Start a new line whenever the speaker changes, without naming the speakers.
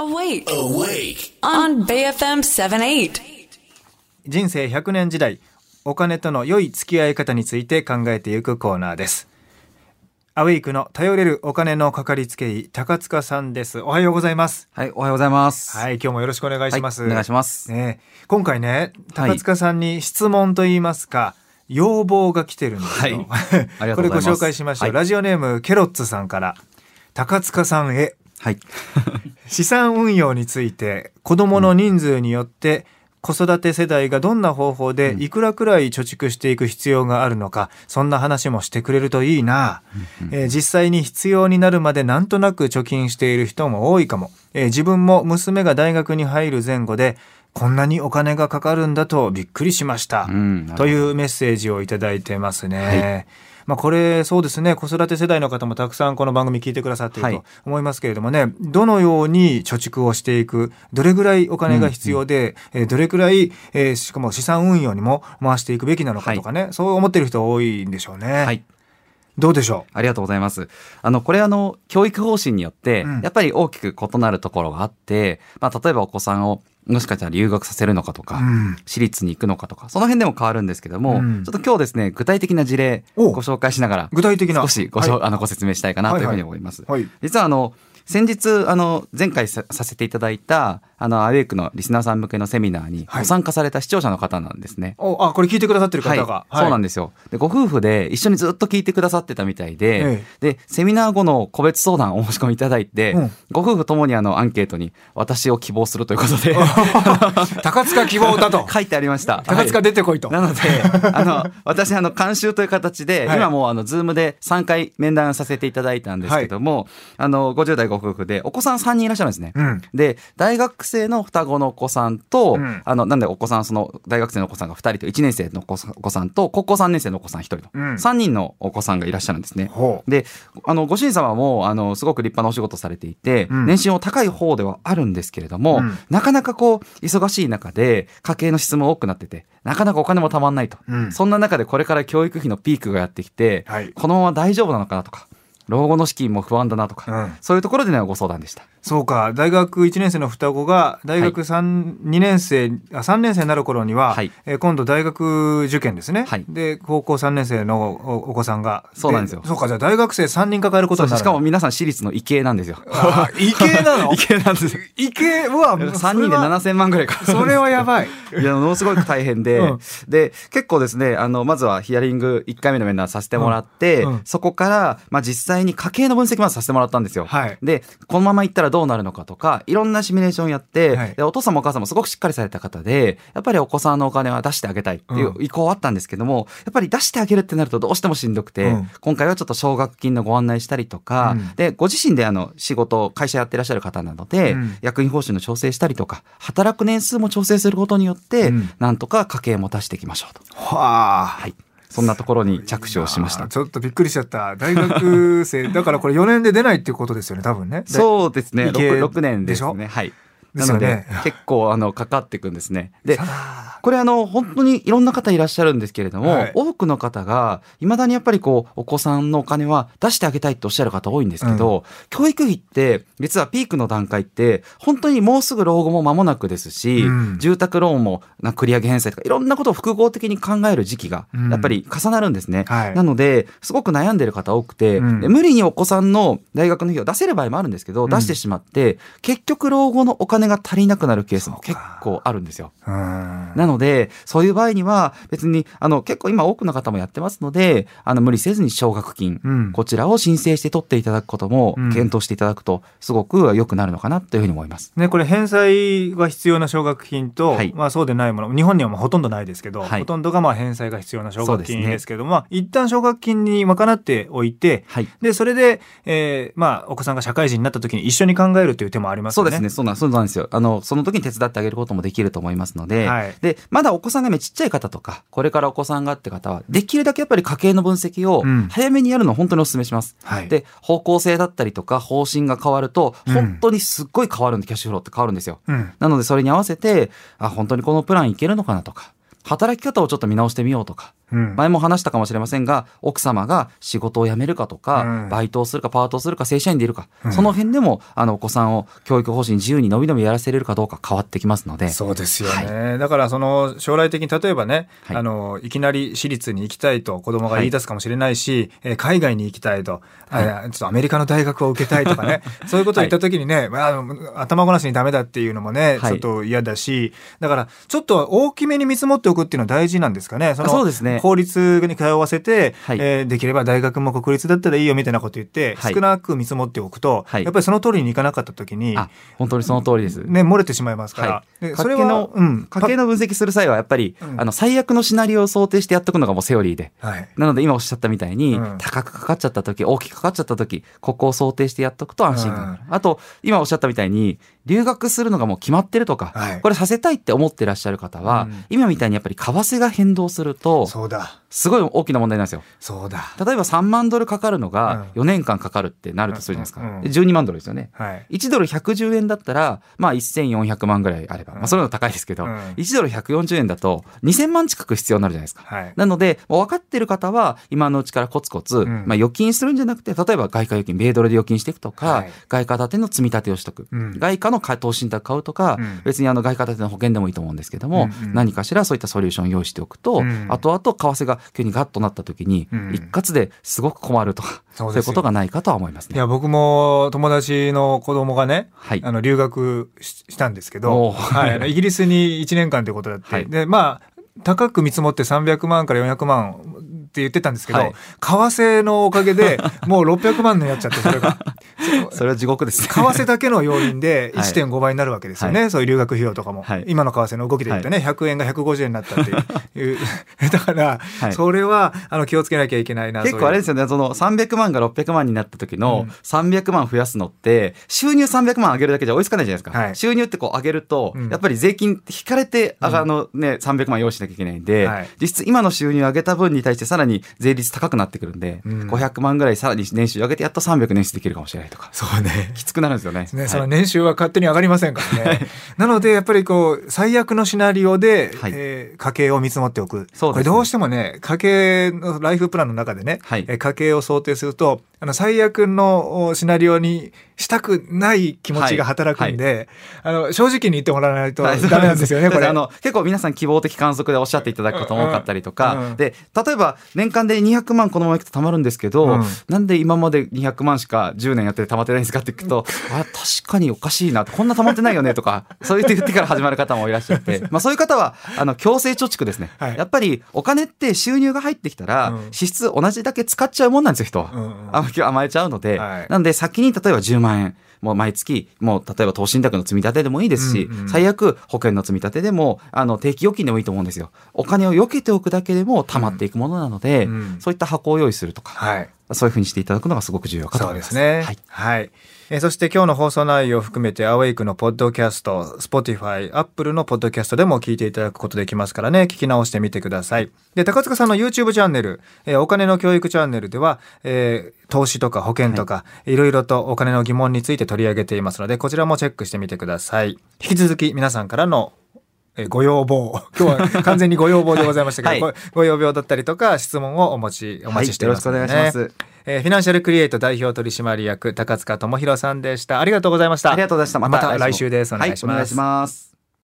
Awake. Awake. On BFM 78.
人生100年時代、お金との良い付き合い方について考えていくコーナーです。アウェイクの頼れるお金のかかりつけ医、高塚さんです。おはようございます。
はい、おはようございます。
はい、今日もよろしくお願いします。
はい、お願いします。
今回ね、高塚さんに質問といいますか、要望が来てるんですよ。
はい、
これご紹介しましょう。ラジオネームケロッツさんから、高塚さんへ。
はい、
資産運用について、子どもの人数によって子育て世代がどんな方法でいくらくらい貯蓄していく必要があるのか、そんな話もしてくれるといいな。実際に必要になるまでなんとなく貯金している人も多いかも。自分も娘が大学に入る前後でこんなにお金がかかるんだとびっくりしました、というメッセージをいただいてますね。これそうですね、子育て世代の方もたくさんこの番組聞いてくださっていると思いますけれどもね、どのように貯蓄をしていく、どれぐらいお金が必要で、どれぐらい、しかも資産運用にも回していくべきなのかとかね、そう思っている人多いんでしょうね。はい、どうでしょう。
ありがとうございます。これ教育方針によってやっぱり大きく異なるところがあって、例えばお子さんをもしかしたら留学させるのかとか、私立に行くのかとか、その辺でも変わるんですけども、ちょっと今日ですね、具体的な事例ご紹介しながら、
具体的な
少しご説明したいかなというふうに思います。実は先日前回させていただいたアウェイクのリスナーさん向けのセミナーにご参加された視聴者の方なんですね。
これ聞いてくださってる方が、
そうなんですよ。でご夫婦で一緒にずっと聞いてくださってたみたいで、でセミナー後の個別相談をお申し込みいただいて、ご夫婦ともにアンケートに私を希望するということで
高塚希望だと
書いてありました。
高塚出てこいと。
なので私監修という形で、今もズームで3回面談させていただいたんですけども、50代ご夫婦でお子さん3人いらっしゃるんですね。で大学生の双子のお子さんと、なんでお子さん、その大学生のお子さんが2人と1年生のお子さんと高校3年生のお子さん1人と、3人のお子さんがいらっしゃるんですね。でご主人様もすごく立派なお仕事されていて、年収も高い方ではあるんですけれども、なかなか忙しい中で家計の質も多くなってて、なかなかお金もたまんないと、そんな中でこれから教育費のピークがやってきて、このまま大丈夫なのかなとか、老後の資金も不安だなとか、そういうところでのご相談でした。
そうか、大学1年生の双子が大学3年生になる頃には、今度大学受験ですね。で高校3年生のお子さんが、
そうなんですよ。
そうか、じゃあ大学生3人抱えることになる。
しかも皆さん私立の医系なんですよ。
医系なの？
医系なんですよ。
医系は
3人で7000万ぐらいか。
それはやばい。
いや、ものすごく大変で、で結構ですね、まずはヒアリング1回目の面談させてもらって、そこから、実際に家計の分析まずさせてもらったんですよ。でこのままいったらどうなるのかとか、いろんなシミュレーションやって、でお父さんもお母さんもすごくしっかりされた方で、やっぱりお子さんのお金は出してあげたいっていう意向はあったんですけども、やっぱり出してあげるってなるとどうしてもしんどくて、今回はちょっと奨学金のご案内したりとか、でご自身で会社やってらっしゃる方なので、役員報酬の調整したりとか、働く年数も調整することによって、なんとか家計も出していきましょうと。そんなところに着手をしました。
ちょっとびっくりしちゃった。大学生だからこれ4年で出ないっていうことですよね、多分ね。
そうですね。6年ですね。なので結構かかっていくんですね。でこれ本当にいろんな方いらっしゃるんですけれども、多くの方がいまだにやっぱりお子さんのお金は出してあげたいっておっしゃる方多いんですけど、教育費って実はピークの段階って本当にもうすぐ老後も間もなくですし、住宅ローンも繰り上げ返済とかいろんなことを複合的に考える時期がやっぱり重なるんですね。なのですごく悩んでる方多くて、で無理にお子さんの大学の費用を出せる場合もあるんですけど、出してしまって結局老後のお金が足りなくなるケースも結構あるんですよ。なのでそういう場合には別に結構今多くの方もやってますので、無理せずに奨学金、こちらを申請して取っていただくことも検討していただくとすごく良くなるのかなというふうに思います。
これ返済が必要な奨学金と、そうでないもの、日本にはほとんどないですけど、ほとんどが返済が必要な奨学金ですけども、一旦奨学金に賄っておいて、でそれで、お子さんが社会人になった時に一緒に考えるという手もありますよね。
そうですね。そうなんですよ。その時に手伝ってあげることもできると思いますので、でまだお子さんがちっちゃい方とか、これからお子さんがって方はできるだけやっぱり家計の分析を早めにやるのを本当にお勧めします。で方向性だったりとか方針が変わると本当にすっごい変わるんで、キャッシュフローって変わるんですよ。なのでそれに合わせて本当にこのプランいけるのかなとか、働き方をちょっと見直してみようとか、 前も話したかもしれませんが、奥様が仕事を辞めるかとか、バイトをするかパートをするか正社員でいるか、その辺でもお子さんを教育方針自由にのびのびやらせれるかどうか変わってきますので。
そうですよね、だからその将来的に例えばね、いきなり私立に行きたいと子供が言い出すかもしれないし、海外に行きたいと、ちょっとアメリカの大学を受けたいとかねそういうことを言った時にね、頭ごなしにダメだっていうのもね、ちょっと嫌だし、だからちょっと大きめに見積もっておくっていうのは大事なんですかね。
そうですね、
公立に通わせて、できれば大学も国立だったらいいよみたいなこと言って、少なく見積もっておくと、やっぱりその通りにいかなかった時に、
本当にその通りです、
ね、漏れてしまいますから、
それは家計の分析する際はやっぱり、最悪のシナリオを想定してやっておくのがもうセオリーで、なので今おっしゃったみたいに、高くかかっちゃった時、大きくかかっちゃった時、ここを想定してやっておくと安心感がある。あと今おっしゃったみたいに留学するのがもう決まってるとか、これさせたいって思ってらっしゃる方は、今みたいにやっぱり為替が変動するとすごい大きな問題なんですよ。
そうだ、
例えば3万ドルかかるのが4年間かかるってなるとするじゃないですか、12万ドルですよね、1ドル110円だったら、1400万ぐらいあれば、それの高いですけど、1ドル140円だと2000万近く必要になるじゃないですか、なので分かってる方は今のうちからコツコツ、預金するんじゃなくて、例えば外貨預金米ドルで預金していくとか、外貨建ての積み立てをしとく、外貨の投資信託買うとか、別に外貨建ての保険でもいいと思うんですけども、何かしらそういったソリューションを用意しておくと、後々為替が急にガッとなった時に、一括ですごく困るとか、そういうことがないかとは思いますね。
いや、僕も友達の子供がね、留学したんですけど、イギリスに1年間ということだって、で高く見積もって300万から400万って言ってたんですけど、為替のおかげでもう600万になっちゃって、それが
それは地獄ですね。
為替だけの要因で 1.5 倍になるわけですよね、そういう留学費用とかも、今の為替の動きで言ってね、100円が150円になったっていうだから、それは気をつけなきゃいけないな。
結構あれですよね、その300万が600万になった時の300万増やすのって、収入300万上げるだけじゃ追いつかないじゃないですか、収入って上げると、やっぱり税金引かれて300万用意しなきゃいけないんで、実質今の収入上げた分に対してさらに税率高くなってくるんで、500万ぐらいさらに年収上げてやっと300年収できるかもしれないとか、
そうね、
きつくなるんですよね。
その年収は勝手に上がりませんからねなのでやっぱり最悪のシナリオで、家計を見積もっておく。これどうしてもね、家計のライフプランの中でね、家計を想定すると最悪のシナリオにしたくない気持ちが働くんで、正直に言ってもらわないとダメなんですよねこれ
結構皆さん希望的観測でおっしゃっていただくことも多かったりとか、で例えば年間で200万このままいくと貯まるんですけど、なんで今まで200万しか10年やって貯まってないんですかって聞くと確かにおかしいな、こんな貯まってないよねとかそう言ってから始まる方もいらっしゃってそういう方は強制貯蓄ですね、やっぱりお金って収入が入ってきたら、支出同じだけ使っちゃうもんなんですよ、人は、甘えちゃうので、なので先に例えば10万円もう毎月もう例えば投資信託の積み立てでもいいですし、最悪保険の積み立てでも定期預金でもいいと思うんですよ。お金を避けておくだけでも貯まっていくものなので、そういった箱を用意するとか、そういうふうにしていただくのがすごく重要かと思います。
そうですね。はい。そして今日の放送内容を含めてアウェイクのポッドキャスト、Spotify、Apple のポッドキャストでも聞いていただくことできますからね、聞き直してみてください。で、高塚さんの YouTube チャンネル、お金の教育チャンネルでは、投資とか保険とか、いろいろとお金の疑問について取り上げていますので、こちらもチェックしてみてください。引き続き皆さんからのご要望、今日は完全にご要望でございましたけど、ご要望だったりとか質問をお待ちしていますので、ね、よろしくお願いします。フィナンシャルクリエイト代表取締役高塚智博さんでした。ありがとうございました。
ありがとうございました。
また来週です。お願いします。
お願いします。